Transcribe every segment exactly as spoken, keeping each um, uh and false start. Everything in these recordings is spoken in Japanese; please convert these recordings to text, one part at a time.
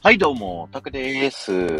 はいどうも、タクです。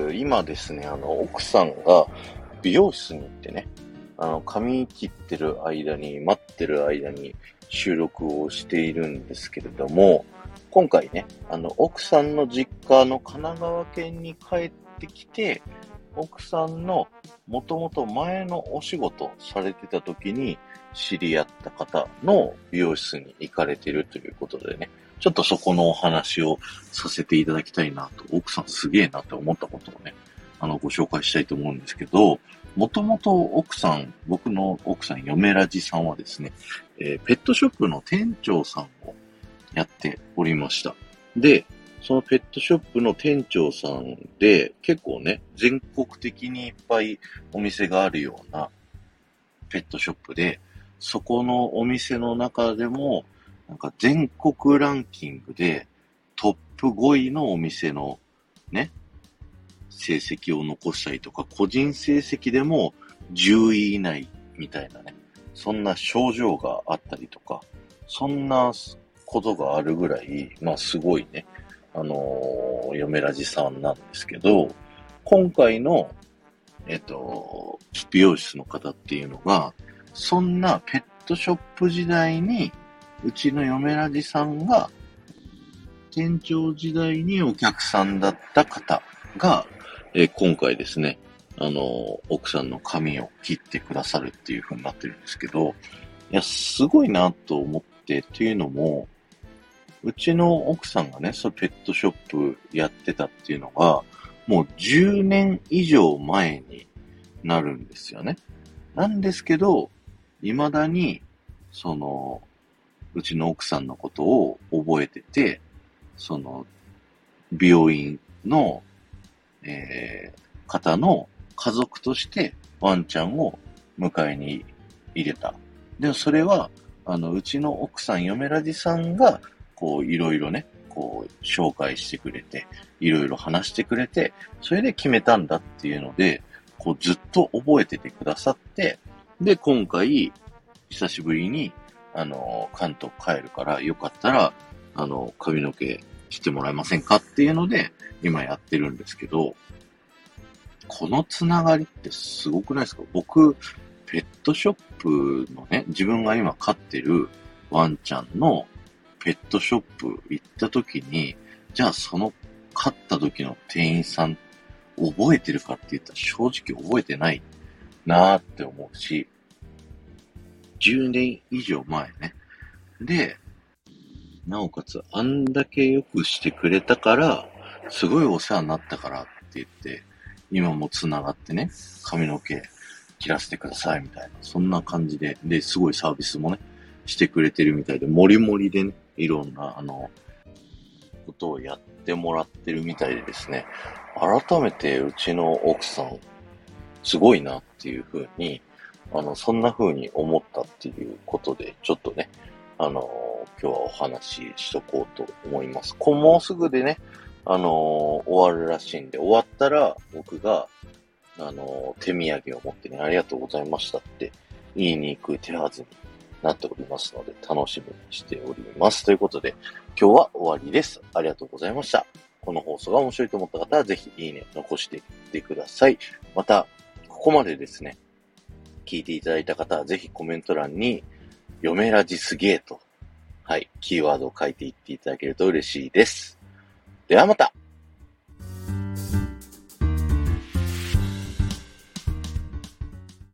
今ですね、あの、奥さんが美容室に行ってね、あの、髪切ってる間に、待ってる間に収録をしているんですけれども、今回ね、あの、奥さんの実家の神奈川県に帰ってきて、奥さんのもともと前のお仕事されてた時に知り合った方の美容室に行かれてるということでね、ちょっとそこのお話をさせていただきたいなと、奥さんすげえなって思ったことをね、あの、ご紹介したいと思うんですけど、もともと奥さん、僕の奥さん、嫁ラジさんはですね、えーペットショップの店長さんをやっておりました。で、そのペットショップの店長さんで、結構ね、全国的にいっぱいお店があるようなペットショップで、そこのお店の中でも、なんか全国ランキングでトップごいのお店のね、成績を残したりとか、個人成績でもじゅうい以内みたいなね、そんな症状があったりとか、そんなことがあるぐらい、まあすごいね、あのー、嫁ラジさんなんですけど、今回の、えっと、美容室の方っていうのが、そんなペットショップ時代に、うちの嫁ラジさんが、店長時代にお客さんだった方が、えー今回ですね、あのー、奥さんの髪を切ってくださるっていう風になってるんですけど、いや、すごいなと思って、っていうのも、うちの奥さんがね、そのペットショップやってたっていうのが、もうじゅうねん以上前になるんですよね。なんですけど、未だに、その、うちの奥さんのことを覚えてて、その、美容院の、えー方の家族としてワンちゃんを迎えに入れた。でもそれは、あの、うちの奥さん、嫁ラジさんが、こう、いろいろね、こう、紹介してくれて、いろいろ話してくれて、それで決めたんだっていうので、こう、ずっと覚えててくださって、で、今回、久しぶりに、あの、関東帰るから、よかったら、あの、髪の毛切ってもらえませんかっていうので、今やってるんですけど、このつながりってすごくないですか？僕、ペットショップのね、自分が今飼ってるワンちゃんのペットショップ行った時に、じゃあその飼った時の店員さん覚えてるかって言ったら正直覚えてないなーって思うし、じゅうねん以上前ね。で、なおかつあんだけ良くしてくれたから、すごいお世話になったからって言って、今も繋がってね、髪の毛切らせてくださいみたいな、そんな感じで、で、すごいサービスもね、してくれてるみたいで、もりもりでね、いろんな、あの、ことをやってもらってるみたいでですね、改めてうちの奥さん、すごいなっていう風に、あの、そんな風に思ったっていうことで、ちょっとね、あの今日はお話ししとこうと思います。こもうすぐでね、あの終わるらしいんで、終わったら僕が、あの手土産を持ってね、ありがとうございましたって言いに行く手はずになっておりますので、楽しみにしております。ということで、今日は終わりです。ありがとうございました。この放送が面白いと思った方は、ぜひいいね、残していってください。また、ここまでですね、聞いていただいた方は、ぜひコメント欄に、嫁ラジすげーと、はい、キーワードを書いていっていただけると嬉しいです。ではまた。